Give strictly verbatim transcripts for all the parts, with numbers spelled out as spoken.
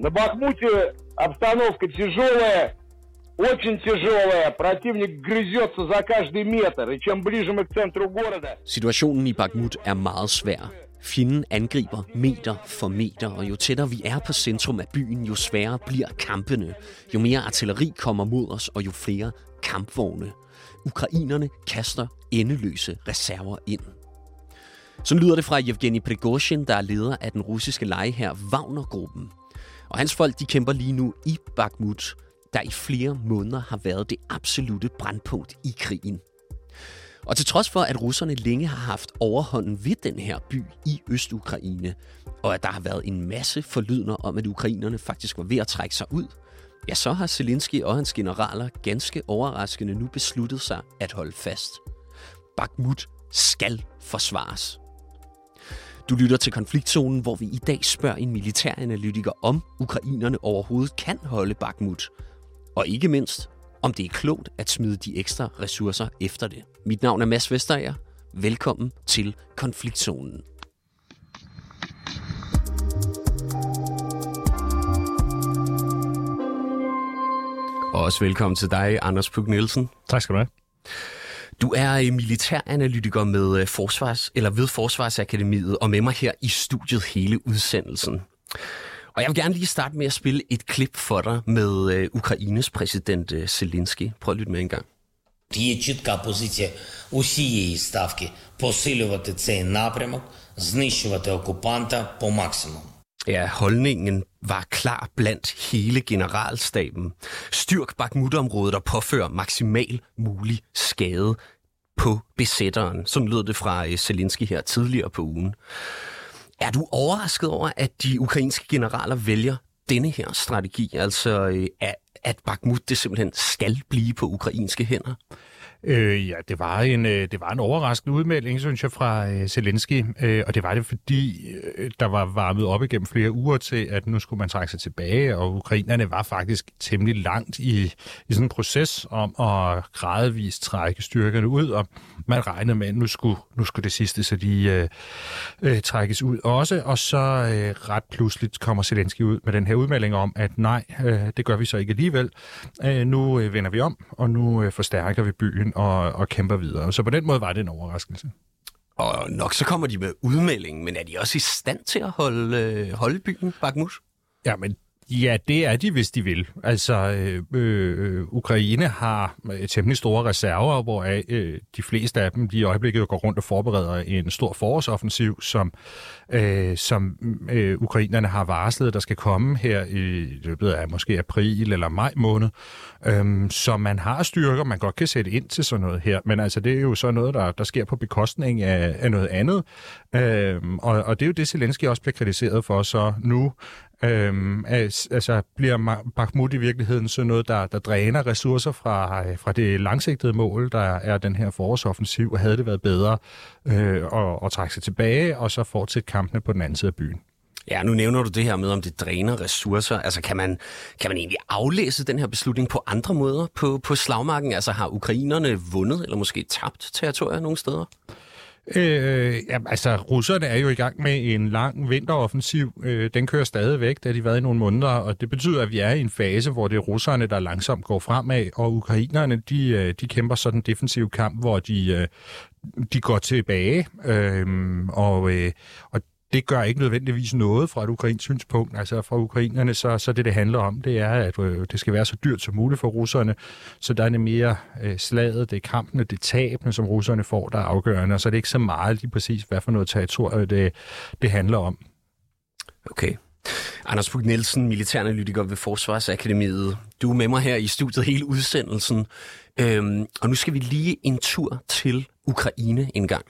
На Бахмуте обстановка тяжелая, очень тяжелая. Противник грызется за каждый метр, и чем ближе мы к центру города... Situationen i Bakhmut er meget svær. Fjenden angriber meter for meter, og jo tættere vi er på centrum af byen, jo sværere bliver kampene. Jo mere artilleri kommer mod os, og jo flere kampvogne. Ukrainerne kaster endeløse reserver ind. Så lyder det fra Yevgeny Prigozhin, der er leder af den russiske legehær Wagner-gruppen. Og hans folk de kæmper lige nu i Bakhmut, der i flere måneder har været det absolutte brandpunkt i krigen. Og til trods for, at russerne længe har haft overhånden ved den her by i Øst-Ukraine, og at der har været en masse forlydender om, at ukrainerne faktisk var ved at trække sig ud, ja, så har Zelensky og hans generaler ganske overraskende nu besluttet sig at holde fast. Bakhmut skal forsvares. Du lytter til Konfliktzonen, hvor vi i dag spørger en militæranalytiker, om ukrainerne overhovedet kan holde Bakhmut. Og ikke mindst, om det er klogt at smide de ekstra ressourcer efter det. Mit navn er Mads Vesterager. Velkommen til Konfliktzonen. Og også velkommen til dig, Anders Puk Nielsen. Tak skal du have. Du er militæranalytiker med Forsvars, eller ved Forsvarsakademiet, og med mig her i studiet hele udsendelsen. Og jeg vil gerne lige starte med at spille et klip for dig med Ukraines præsident Zelensky. Prøv at lytte med en gang. Є чітка позиція усієї ставки посилювати цей напрямок, знищувати окупанта по максимуму. Ja, holdningen var klar blandt hele generalstaben. Styrk Bakhmut-området og påfør maksimal mulig skade på besætteren. Sådan lød det fra Zelensky her tidligere på ugen. Er du overrasket over, at de ukrainske generaler vælger denne her strategi, altså at Bakhmut det simpelthen skal blive på ukrainske hænder? Øh, ja, det var en det var en overraskende udmelding, synes jeg, fra øh, Zelensky, øh, og det var det, fordi øh, der var varmet op igennem flere uger til, at nu skulle man trække sig tilbage, og ukrainerne var faktisk temmelig langt i, i sådan en proces om at gradvist trække styrkerne ud, og man regnede med, at nu skulle, nu skulle det sidste, så de øh, øh, trækkes ud også, og så øh, ret pludseligt kommer Zelensky ud med den her udmelding om, at nej, øh, det gør vi så ikke alligevel. Øh, nu øh, vender vi om, og nu øh, forstærker vi byen og, og kæmper videre. Så på den måde var det en overraskelse. Og nok så kommer de med udmeldingen, men er de også i stand til at holde, holde byen Bakhmut? Ja, men ja, det er de, hvis de vil. Altså, øh, øh, Ukraine har temmelig store reserver, hvor øh, de fleste af dem de i øjeblikket går rundt og forbereder en stor forårsoffensiv, som, øh, som øh, ukrainerne har varslet, der skal komme her i løbet af måske april eller maj måned. Øh, så man har styrker, man godt kan sætte ind til sådan noget her, men altså, det er jo så noget, der, der sker på bekostning af, af noget andet. Øh, og, og det er jo det, Zelensky også bliver kritiseret for, så nu Øhm, altså bliver Bakhmut i virkeligheden sådan noget, der, der dræner ressourcer fra, fra det langsigtede mål, der er den her forårsoffensiv, og havde det været bedre øh, at, at trække sig tilbage, og så fortsætte kampene på den anden side af byen. Ja, nu nævner du det her med, om det dræner ressourcer. Altså, kan man, kan man egentlig aflæse den her beslutning på andre måder på, på slagmarken? Altså, har ukrainerne vundet, eller måske tabt territorier nogle steder? Øh, ja, altså, russerne er jo i gang med en lang vinteroffensiv. Øh, den kører stadig væk, da de har været i nogle måneder, og det betyder, at vi er i en fase, hvor det er russerne, der langsomt går fremad, og ukrainerne, de, de kæmper sådan en defensiv kamp, hvor de, de går tilbage, øh, og, øh, og det gør ikke nødvendigvis noget fra et ukrainsk synspunkt. Altså fra ukrainerne, så, så det, det handler om, det er, at øh, det skal være så dyrt som muligt for russerne. Så der er det mere øh, slaget, det er kampene, det er tabene, som russerne får, der er afgørende. Og så er det ikke så meget lige præcis, hvad for noget territorium det, det handler om. Okay. Anders Puk Nielsen, militæranalytiker ved Forsvarsakademiet. Du er med mig her i studiet hele udsendelsen. Øhm, og nu skal vi lige en tur til Ukraine en gang.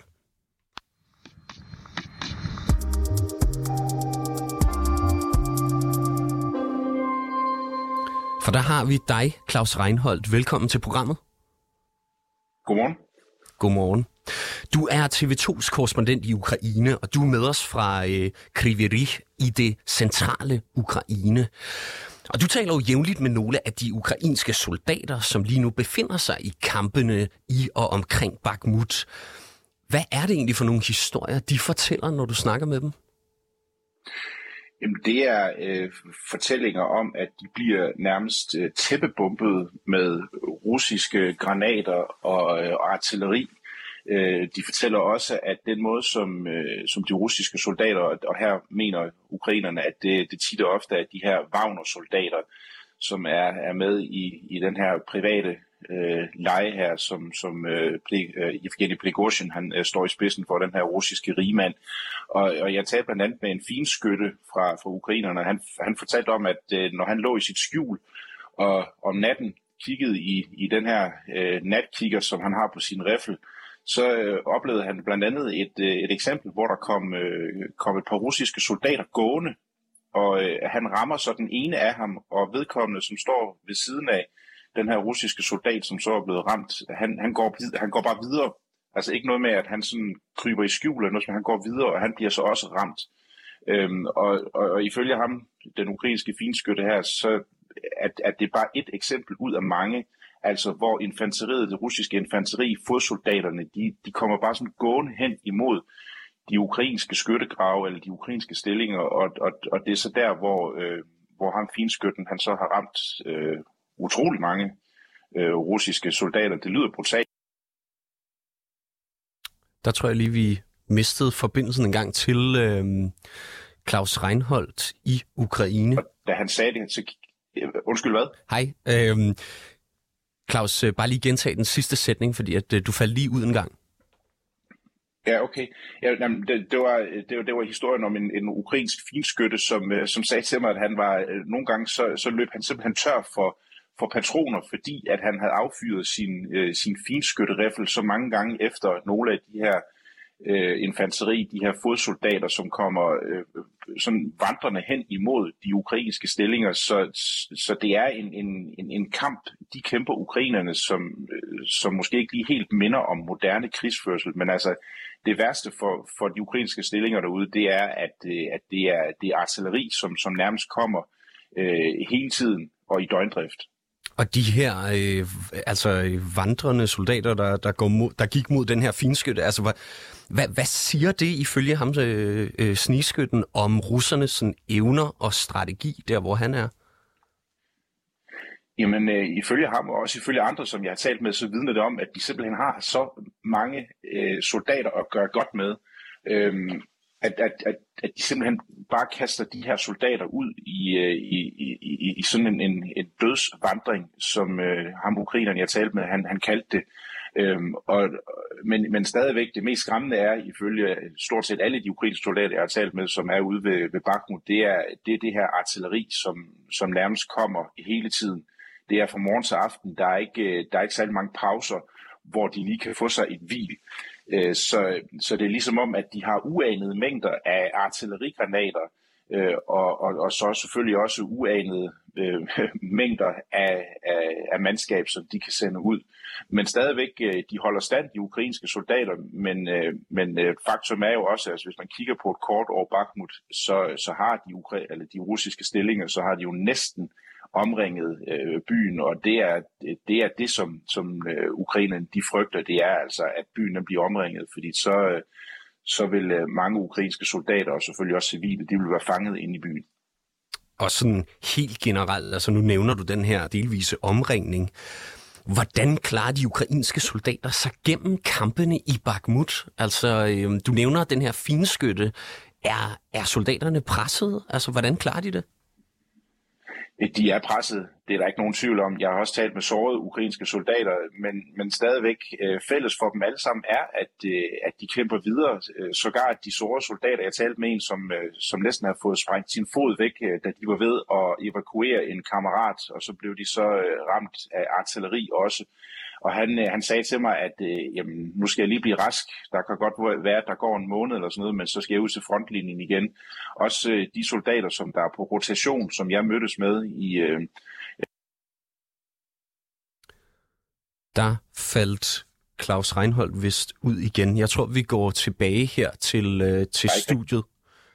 For der har vi dig, Claus Reinholdt. Velkommen til programmet. Godmorgen. Godmorgen. Du er T V to's korrespondent i Ukraine, og du er med os fra øh, Kryvyi Rih i det centrale Ukraine. Og du taler jo jævnligt med nogle af de ukrainske soldater, som lige nu befinder sig i kampene i og omkring Bakhmut. Hvad er det egentlig for nogle historier, de fortæller, når du snakker med dem? Jamen, det er øh, fortællinger om, at de bliver nærmest øh, tæppebumpet med russiske granater og, øh, og artilleri. Øh, de fortæller også, at den måde, som, øh, som de russiske soldater, og her mener ukrainerne, at det, det tit og ofte er de her Wagner-soldater, som er, er med i, i den her private øh, leje her, som, som øh, Evgeny Prigozhin, han øh, står i spidsen for, den her russiske rigmand. Og, og jeg talte blandt andet med en finskytte fra, fra ukrainerne. Han, han fortalte om, at øh, når han lå i sit skjul og om natten kiggede i, i den her øh, natkigger, som han har på sin riffel, så øh, oplevede han blandt andet et, øh, et eksempel, hvor der kom, øh, kom et par russiske soldater gående, og øh, han rammer så den ene af ham, og vedkommende, som står ved siden af den her russiske soldat, som så er blevet ramt, han, han, går, han går bare videre. Altså ikke noget med, at han sådan kryber i skjul, eller noget, men han går videre, og han bliver så også ramt. Øhm, og, og, og ifølge ham, den ukrainske finskytte her, så at, at det er bare et eksempel ud af mange, altså hvor infanteriet, det russiske infanteri, fodsoldaterne, de, de kommer bare sådan gående hen imod de ukrainske skyttegrave eller de ukrainske stillinger, og, og, og det er så der, hvor, øh, hvor ham finskytten, han så har ramt øh, utrolig mange øh, russiske soldater. Det lyder brutalt. Der tror jeg lige, vi mistede forbindelsen en gang til øh, Claus Reinholdt i Ukraine. Og da han sagde det, så... Undskyld, hvad? Hej. Øh, Claus, bare lige gentage den sidste sætning, fordi at, øh, du faldt lige ud en gang. Ja, okay. Ja, jamen, det, det, var, det, var, det var historien om en, en ukrainsk finskytte, som, som sagde til mig, at han var nogle gange, så, så løb han simpelthen tør for, for patroner, fordi at han havde affyret sin, øh, sin finskytteriffel så mange gange efter nogle af de her øh, infanteri, de her fodsoldater, som kommer øh, sådan vandrende hen imod de ukrainske stillinger. Så, så det er en, en, en, en kamp, de kæmper ukrainerne, som, øh, som måske ikke lige helt minder om moderne krigsførsel, men altså det værste for, for de ukrainske stillinger derude, det er, at, at det, er, det er artilleri, som, som nærmest kommer øh, hele tiden og i døgndrift. Og de her øh, altså vandrende soldater, der, der, går mod, der gik mod den her finskytte, altså hvad, hvad, hvad siger det ifølge ham, øh, øh, snigskytten, om russernes sådan, evner og strategi, der hvor han er? Jamen, øh, ifølge ham og også ifølge andre, som jeg har talt med, så vidner det om, at de simpelthen har så mange øh, soldater at gøre godt med, øh, at, at, at, at de simpelthen bare kaster de her soldater ud i, øh, i, i, i sådan en, en, en dødsvandring, som øh, ham ukraineren, jeg talte med, han, han kaldte det. Øhm, og, men, men stadigvæk, det mest skræmmende er, ifølge stort set alle de ukrainske soldater, jeg har talt med, som er ude ved, ved Bakhmut, det er, det er det her artilleri, som, som nærmest kommer hele tiden. Det er fra morgen til aften. Der er ikke, der er ikke særlig mange pauser, hvor de lige kan få sig et hvil. Så, så det er ligesom om, at de har uanede mængder af artillerigranater, og, og, og så selvfølgelig også uanede øh, mængder af, af, af mandskab, som de kan sende ud. Men stadigvæk, de holder stand, de ukrainske soldater, men, øh, men faktum er jo også, at hvis man kigger på et kort over Bakhmut, så, så har de, ukra- eller de russiske stillinger, så har de jo næsten omringet øh, byen, og det er det, er det som, som øh, ukrainerne de frygter, det er altså, at byen bliver omringet, fordi så, øh, så vil øh, mange ukrainske soldater, og selvfølgelig også civile, de vil være fanget inde i byen. Og sådan helt generelt, altså nu nævner du den her delvise omringning. Hvordan klarer de ukrainske soldater sig gennem kampene i Bakhmut? Altså, øh, du nævner den her finskytte. Er, er soldaterne presset? Altså, hvordan klarer de det? De er presset, det er der ikke nogen tvivl om. Jeg har også talt med sårede ukrainske soldater, men, men stadigvæk øh, fælles for dem alle sammen er, at, øh, at de kæmper videre. Øh, sågar at de sårede soldater, jeg talte med en, som, øh, som næsten har fået sprængt sin fod væk, øh, da de var ved at evakuere en kammerat, og så blev de så øh, ramt af artilleri også. Og han, øh, han sagde til mig, at øh, jamen, nu skal jeg lige blive rask. Der kan godt være, at der går en måned eller sådan noget, men så skal jeg ud til frontlinjen igen. Også øh, de soldater, som der er på rotation, som jeg mødtes med i... Øh... Der faldt Claus Reinholdt vist ud igen. Jeg tror, vi går tilbage her til, øh, til studiet.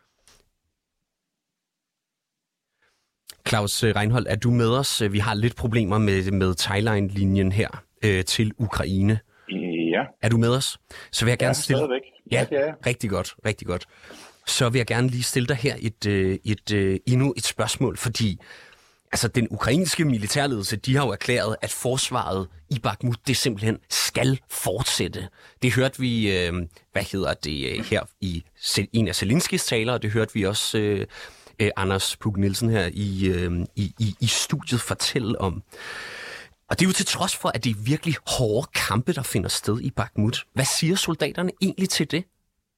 Claus Reinholdt, er du med os? Vi har lidt problemer med, med Thailand-linjen her øh, til Ukraine. Ja. Er du med os? Så vil jeg gerne ja, stille... Stadigvæk. Ja, ja, det er. rigtig godt, rigtig godt. så vil jeg gerne lige stille dig her et, et, et, et, endnu et spørgsmål, fordi altså, den ukrainske militærledelse, de har jo erklæret, at forsvaret i Bakhmut, det simpelthen skal fortsætte. Det hørte vi, øh, hvad hedder det, her i en af Zelenskyjs taler, og det hørte vi også øh, øh, Anders Puk Nielsen her i, øh, i, i, i studiet fortælle om. Og det er jo til trods for, at det er virkelig hårde kampe, der finder sted i Bakhmut. Hvad siger soldaterne egentlig til det?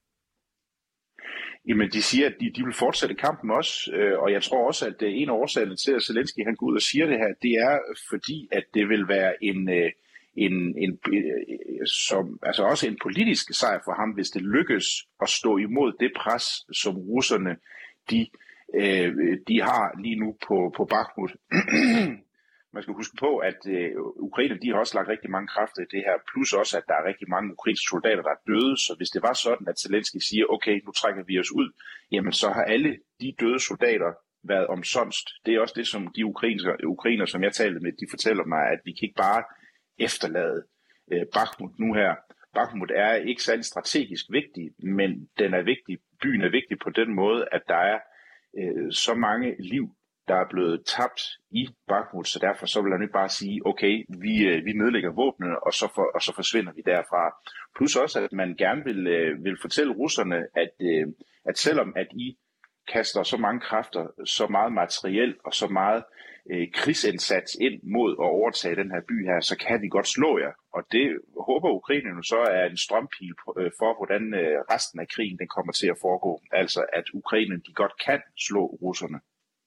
Jamen, de siger, at de, de vil fortsætte kampen også, øh, og jeg tror også, at en af årsagerne til, at Zelenskyj han går ud og siger det her, det er fordi, at det vil være en, øh, en, en øh, som, altså også en politisk sejr for ham, hvis det lykkes at stå imod det pres, som russerne de, øh, de har lige nu på, på Bakhmut. Man skal huske på, at øh, Ukraine, de har også lagt rigtig mange kræfter i det her, plus også, at der er rigtig mange ukrainske soldater, der er døde. Så hvis det var sådan, at Zelenskyj siger, okay, nu trækker vi os ud, jamen så har alle de døde soldater været omsonst. Det er også det, som de ukrainere, ukrainer, som jeg talte med, de fortæller mig, at vi kan ikke bare efterlade øh, Bakhmut nu her. Bakhmut er ikke særlig strategisk vigtig, men den er vigtig. Byen er vigtig på den måde, at der er øh, så mange liv, der er blevet tabt i Bakhmut, så derfor så vil han ikke bare sige, okay, vi, vi nedlægger våbnene, og så, for, og så forsvinder vi derfra. Plus også, at man gerne vil, vil fortælle russerne, at, at selvom at I kaster så mange kræfter, så meget materiel og så meget eh, krigsindsats ind mod at overtage den her by her, så kan vi godt slå jer. Og det håber Ukraine nu så er en strømpil for, hvordan resten af krigen den kommer til at foregå. Altså, at Ukraine de godt kan slå russerne.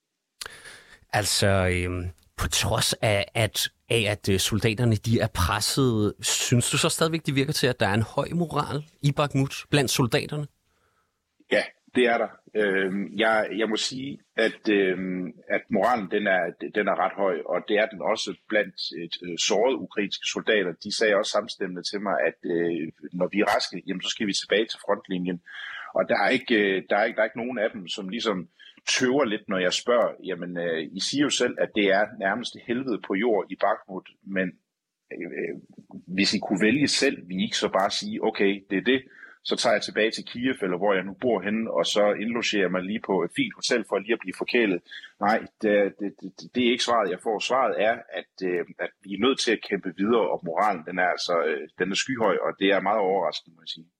Altså, øhm, på trods af, at, af, at soldaterne de er presset, synes du så stadigvæk, det virker til, at der er en høj moral i Bakhmut blandt soldaterne? Ja, det er der. Øhm, jeg, jeg må sige, at, øhm, at moralen den er, den er ret høj, og det er den også blandt et, sårede ukrainske soldater. De sagde også samstemmende til mig, at øh, når vi er raske, jamen, så skal vi tilbage til frontlinjen. Og der er ikke, der er ikke, der er ikke nogen af dem, som ligesom tøver lidt, når jeg spørger, jamen, øh, I siger jo selv, at det er nærmest helvede på jord i Bakhmut, men øh, hvis I kunne vælge selv, vil I ikke så bare sige, okay, det er det, så tager jeg tilbage til Kiev, eller hvor jeg nu bor henne, og så indlogerer jeg mig lige på et fint hotel for lige at blive forkælet. Nej, det, det, det, det er ikke svaret, jeg får. Svaret er, at, øh, at vi er nødt til at kæmpe videre, og moralen, den er altså øh, den er skyhøj, og det er meget overraskende, må jeg sige.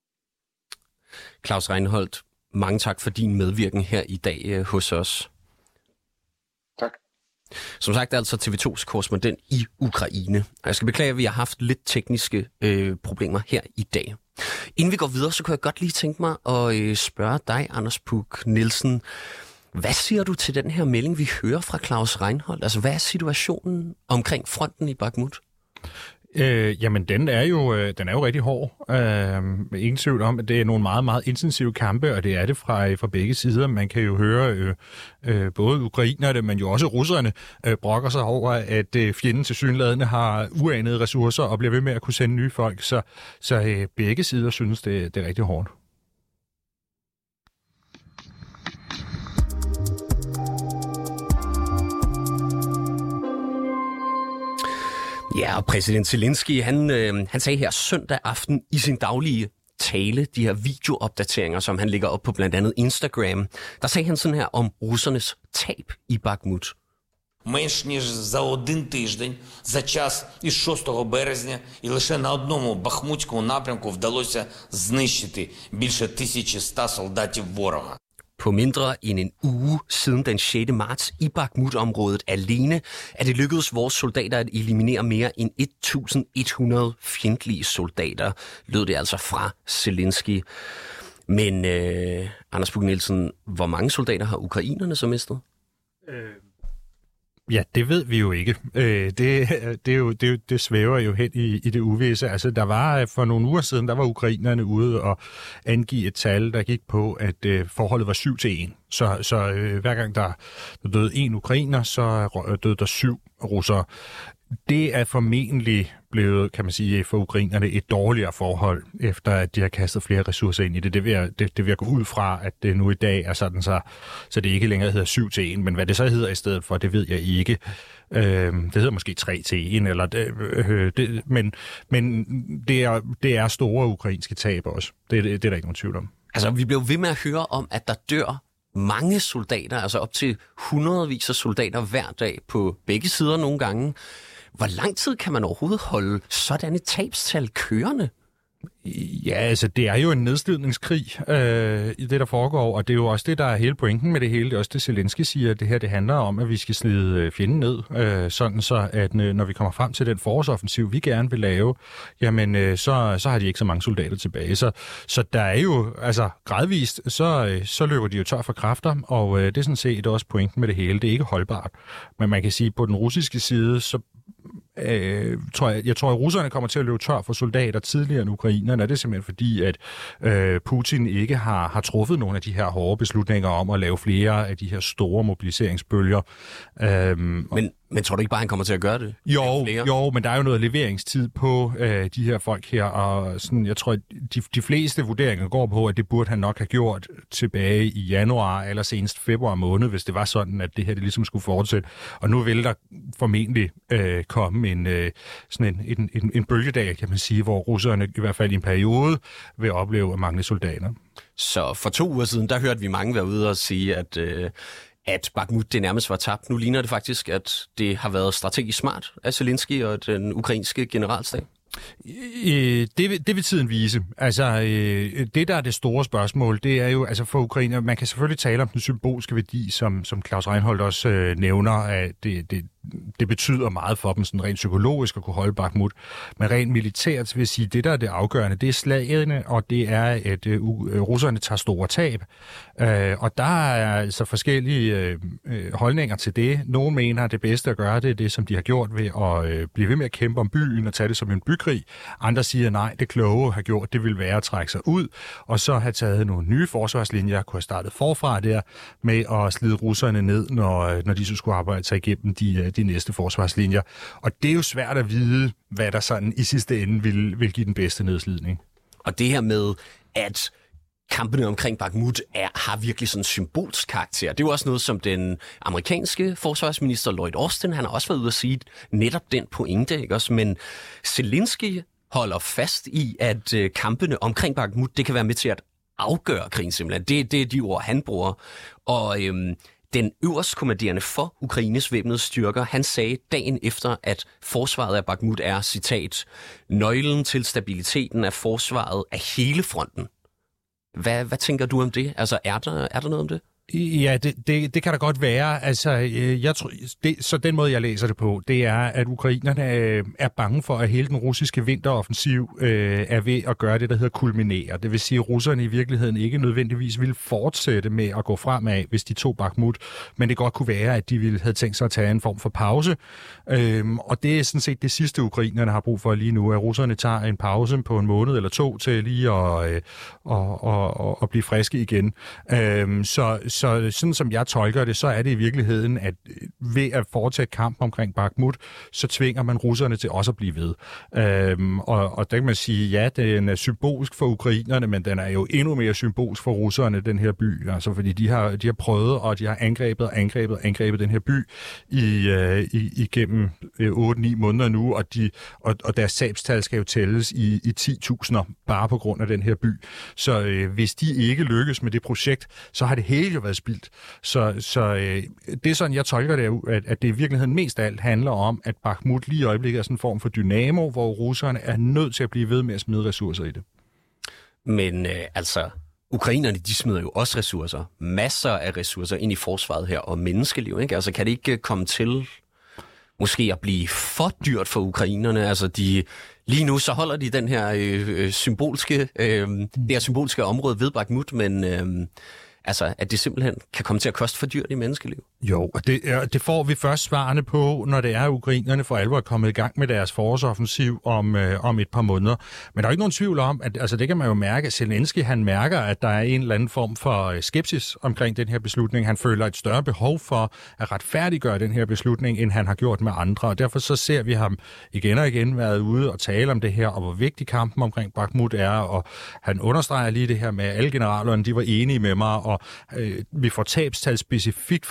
Claus Reinholdt, mange tak for din medvirken her i dag øh, hos os. Tak. Som sagt, altså T V to's korrespondent i Ukraine. Og jeg skal beklage, at vi har haft lidt tekniske øh, problemer her i dag. Inden vi går videre, så kunne jeg godt lige tænke mig at øh, spørge dig, Anders Puk Nielsen. Hvad siger du til den her melding, vi hører fra Claus Reinholdt? Altså, hvad er situationen omkring fronten i Bakhmut? Øh, jamen, den er jo øh, den er jo rigtig hård. Øh, ingen tvivl om, at det er nogle meget, meget intensive kampe, og det er det fra, fra begge sider. Man kan jo høre øh, øh, både ukrainerne, men jo også russerne øh, brokker sig over, at øh, fjenden tilsyneladende har uanede ressourcer og bliver ved med at kunne sende nye folk. Så, så øh, begge sider synes, det, det er rigtig hårdt. Ja, og præsident Zelenskyj, han, øh, han sagde her søndag aften i sin daglige tale, de her videoopdateringer, som han lægger op på blandt andet Instagram, der sagde han sådan her om russernes tab i Bakhmut. Менш ніж за один тиждень, за час із шостого березня, і лише на одному бахмутському напрямку вдалося знищити більше тисячі ста солдатів ворога. På mindre end en uge siden den sjette marts i Bakhmut-området alene, er det lykkedes vores soldater at eliminere mere end elleve hundrede fjendtlige soldater, lød det altså fra Zelenskyj. Men øh, Anders Puk Nielsen, hvor mange soldater har ukrainerne så mistet? Øh. Ja, det ved vi jo ikke. Øh, det, det, er jo, det, det svæver jo hen i, i det uvisse. Altså, der var for nogle uger siden, der var ukrainerne ude og angive et tal, der gik på, at øh, forholdet var syv til en. Så, så øh, hver gang der, der døde en ukrainer, så døde der syv russere. Det er formentlig blevet, kan man sige, for ukrainerne et dårligere forhold, efter at de har kastet flere ressourcer ind i det. Det vil jeg, det, det vil jeg gå ud fra, at det nu i dag er sådan, så, så det ikke længere hedder syv til en. Men hvad det så hedder i stedet for, det ved jeg ikke. Øh, det hedder måske tre til en, eller det, øh, det, men, men det, er, det er store ukrainske tab også. Det, det, det er der ikke nogen tvivl om. Altså, vi blev ved med at høre om, at der dør mange soldater, altså op til hundredvis af soldater hver dag på begge sider nogle gange. Hvor lang tid kan man overhovedet holde sådan et tabstal kørende? Ja, altså det er jo en nedslidningskrig øh, i det, der foregår, og det er jo også det, der er hele pointen med det hele. Det er også det, Zelensky siger, at det her det handler om, at vi skal slide fjenden ned, øh, sådan så, at når vi kommer frem til den forårsoffensiv, vi gerne vil lave, jamen øh, så, så har de ikke så mange soldater tilbage. Så, så der er jo, altså gradvist, så, så løber de jo tør for kræfter, og øh, det er sådan set også pointen med det hele. Det er ikke holdbart. Men man kan sige, at på den russiske side, så Øh, tror jeg, jeg tror, at russerne kommer til at løbe tør for soldater tidligere end ukrainerne, og det er simpelthen fordi, at øh, Putin ikke har, har truffet nogle af de her hårde beslutninger om at lave flere af de her store mobiliseringsbølger. Øhm, men, men tror du ikke bare, han kommer til at gøre det? Jo, jo, men der er jo noget leveringstid på øh, de her folk her, og sådan, jeg tror, at de, de fleste vurderinger går på, at det burde han nok have gjort tilbage i januar eller senest februar måned, hvis det var sådan, at det her det ligesom skulle fortsætte. Og nu vil der formentlig øh, komme en, øh, sådan en, en, en, en bølgedag, kan man sige, hvor russerne i hvert fald i en periode vil opleve at mangle soldater. Så for to uger siden, der hørte vi mange være ude og sige, at, øh, at Bakhmut det nærmest var tabt. Nu ligner det faktisk, at det har været strategisk smart af Zelensky og den ukrainske generalstab. Det vil, det vil tiden vise. Altså, det der er det store spørgsmål, det er jo, altså for Ukraine, man kan selvfølgelig tale om den symbolske værdi, som, som Claus Reinholdt også øh, nævner, at det, det, det betyder meget for dem sådan rent psykologisk at kunne holde Bakhmut. Men rent militært vil jeg sige, det der er det afgørende, det er slagene, og det er, at øh, russerne tager store tab. Øh, og der er altså forskellige øh, holdninger til det. Nogle mener, at det bedste at gøre det er det, som de har gjort ved at øh, blive ved med at kæmpe om byen og tage det som en bykrig. Andre siger, nej, det kloge har gjort, det vil være at trække sig ud, og så have taget nogle nye forsvarslinjer, kunne have startet forfra der, med at slide russerne ned, når, når de så skulle arbejde sig igennem de, de næste forsvarslinjer. Og det er jo svært at vide, hvad der sådan i sidste ende vil, vil give den bedste nedslidning. Og det her med, at kampene omkring Bakhmut er, har virkelig sådan en symbolsk karakter. Det er jo også noget, som den amerikanske forsvarsminister Lloyd Austin, han har også været ude at sige netop den pointe, ikke også? Men Zelensky holder fast i, at øh, kampene omkring Bakhmut, det kan være med til at afgøre krigen simpelthen. Det, det er de ord, han bruger. Og øhm, den øverstkommanderende for Ukraines væbnede styrker, han sagde dagen efter, at forsvaret af Bakhmut er, citat, nøglen til stabiliteten af forsvaret af hele fronten. Hvad, hvad tænker du om det? Altså, er der, er der noget om det? Ja, det, det, det kan da godt være. Altså, jeg tror, det, så den måde, jeg læser det på, det er, at ukrainerne øh, er bange for, at hele den russiske vinteroffensiv øh, er ved at gøre det, der hedder kulminere. Det vil sige, at russerne i virkeligheden ikke nødvendigvis ville fortsætte med at gå fremad, hvis de tog Bakhmut, men det godt kunne være, at de ville have tænkt sig at tage en form for pause. Øhm, og det er sådan set det sidste, ukrainerne har brug for lige nu, at russerne tager en pause på en måned eller to til lige at, øh, og, og, og, og blive friske igen. Øhm, så Så sådan som jeg tolker det, så er det i virkeligheden, at ved at foretage kamp omkring Bakhmut, så tvinger man russerne til også at blive ved. Øhm, og, og der kan man sige, ja, den er symbolsk for ukrainerne, men den er jo endnu mere symbolsk for russerne, den her by. Altså, fordi de har, de har prøvet, og de har angrebet og angrebet og angrebet den her by i, øh, i, igennem øh, otte ni måneder nu, og, de, og, og deres tabstal skal jo tælles i, i ti tusinder bare på grund af den her by. Så øh, hvis de ikke lykkes med det projekt, så har det hele jo været spildt. Så, så øh, det er sådan, jeg tolker det, at, at det i virkeligheden mest af alt handler om, at Bakhmut lige i øjeblikket er sådan en form for dynamo, hvor russerne er nødt til at blive ved med at smide ressourcer i det. Men øh, altså, ukrainerne, de smider jo også ressourcer. Masser af ressourcer ind i forsvaret her, og menneskeliv, ikke? Altså, kan det ikke komme til måske at blive for dyrt for ukrainerne? Altså, de, lige nu så holder de den her øh, symbolske, øh, det her symbolske område ved Bakhmut, men øh, altså, at det simpelthen kan komme til at koste for dyrt i menneskeliv. Jo, og det, det får vi først svarene på, når det er, at ukrainerne for alvor er kommet i gang med deres forårsoffensiv om, øh, om et par måneder. Men der er ikke nogen tvivl om, at altså, det kan man jo mærke, at Zelensky, han mærker, at der er en eller anden form for skepsis omkring den her beslutning. Han føler et større behov for at retfærdiggøre den her beslutning, end han har gjort med andre. Og derfor så ser vi ham igen og igen været ude og tale om det her, og hvor vigtig kampen omkring Bakhmut er. Og han understreger lige det her med, at alle generalerne, de var enige med mig, og øh, vi får tabstal specifikt for Bakhmut,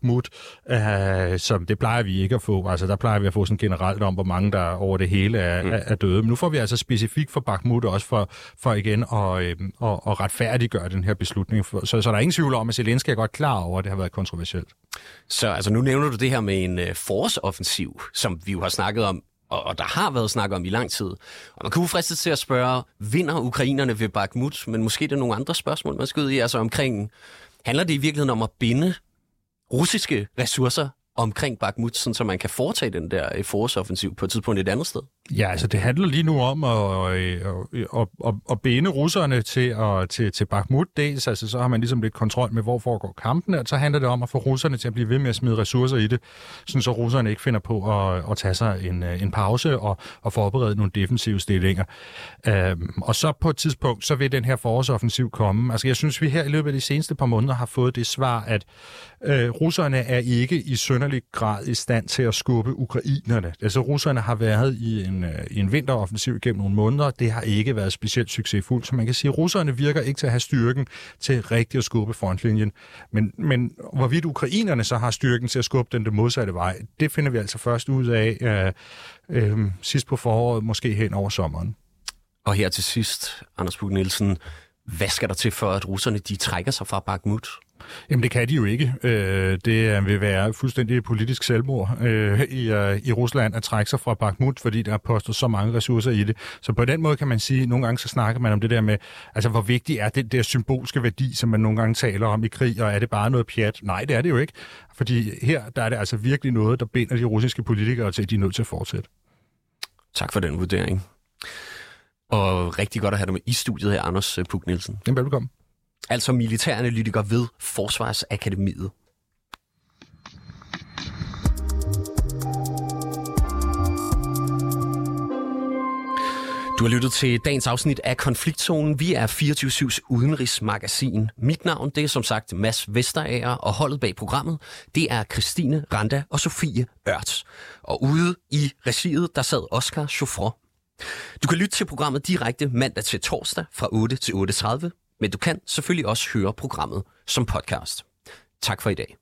Bakhmut, øh, som det plejer vi ikke at få. Altså der plejer vi at få sådan generelt om, hvor mange der over det hele er, mm. er, er døde. Men nu får vi altså specifikt for Bakhmut også for, for igen at, øh, at, at retfærdiggøre den her beslutning. Så, så der er ingen tvivl om, at Zelensky er godt klar over, at det har været kontroversielt. Så altså, nu nævner du det her med en uh, forårsoffensiv, som vi jo har snakket om, og, og der har været snak om i lang tid. Og man kunne fristes til at spørge, vinder ukrainerne ved Bakhmut? Men måske er der nogle andre spørgsmål, man skal ud i. Altså omkring, handler det i virkeligheden om at binde russiske ressourcer omkring Bakhmut, sådan så man kan foretage den der forårsoffensiv på et tidspunkt et andet sted? Ja, altså det handler lige nu om at, at, at, at, at binde russerne til, at, til, til Bakhmut dels, altså så har man ligesom lidt kontrol med, hvor foregår kampene, og så handler det om at få russerne til at blive ved med at smide ressourcer i det, sådan så russerne ikke finder på at, at tage sig en, en pause og, og forberede nogle defensive stillinger. Øhm, og så på et tidspunkt, så vil den her forårsoffensiv komme. Altså jeg synes, vi her i løbet af de seneste par måneder har fået det svar, at øh, russerne er ikke i synderlig grad i stand til at skubbe ukrainerne. Altså russerne har været i en i en vinteroffensiv gennem nogle måneder. Det har ikke været specielt succesfuldt, så man kan sige, at russerne virker ikke til at have styrken til rigtig at skubbe frontlinjen. Men, men hvorvidt ukrainerne så har styrken til at skubbe den det modsatte vej, det finder vi altså først ud af øh, øh, sidst på foråret, måske hen over sommeren. Og her til sidst, Anders Bugge Nielsen, hvad skal der til for, at russerne de trækker sig fra Bakhmut? Jamen det kan de jo ikke. Det vil være fuldstændig politisk selvmord i Rusland at trække sig fra Bakhmut, fordi der er postet så mange ressourcer i det. Så på den måde kan man sige, at nogle gange så snakker man om det der med, altså hvor vigtig er det der symbolske værdi, som man nogle gange taler om i krig, og er det bare noget pjat? Nej, det er det jo ikke. Fordi her der er det altså virkelig noget, der binder de russiske politikere til, at de er nødt til at fortsætte. Tak for den vurdering. Og rigtig godt at have dig med i studiet her, Anders Bugge Nielsen. Jamen, velkommen. Altså militæranalytiker ved Forsvarsakademiet. Du har lyttet til dagens afsnit af Konfliktzonen. Vi er fireogtyve syvs udenrigsmagasin. Mit navn, det er som sagt Mads Vesterager, og holdet bag programmet, det er Christine Randa og Sofie Ørts. Og ude i regiet, der sad Oscar Chauffeur. Du kan lytte til programmet direkte mandag til torsdag fra otte til otte tredive, men du kan selvfølgelig også høre programmet som podcast. Tak for i dag.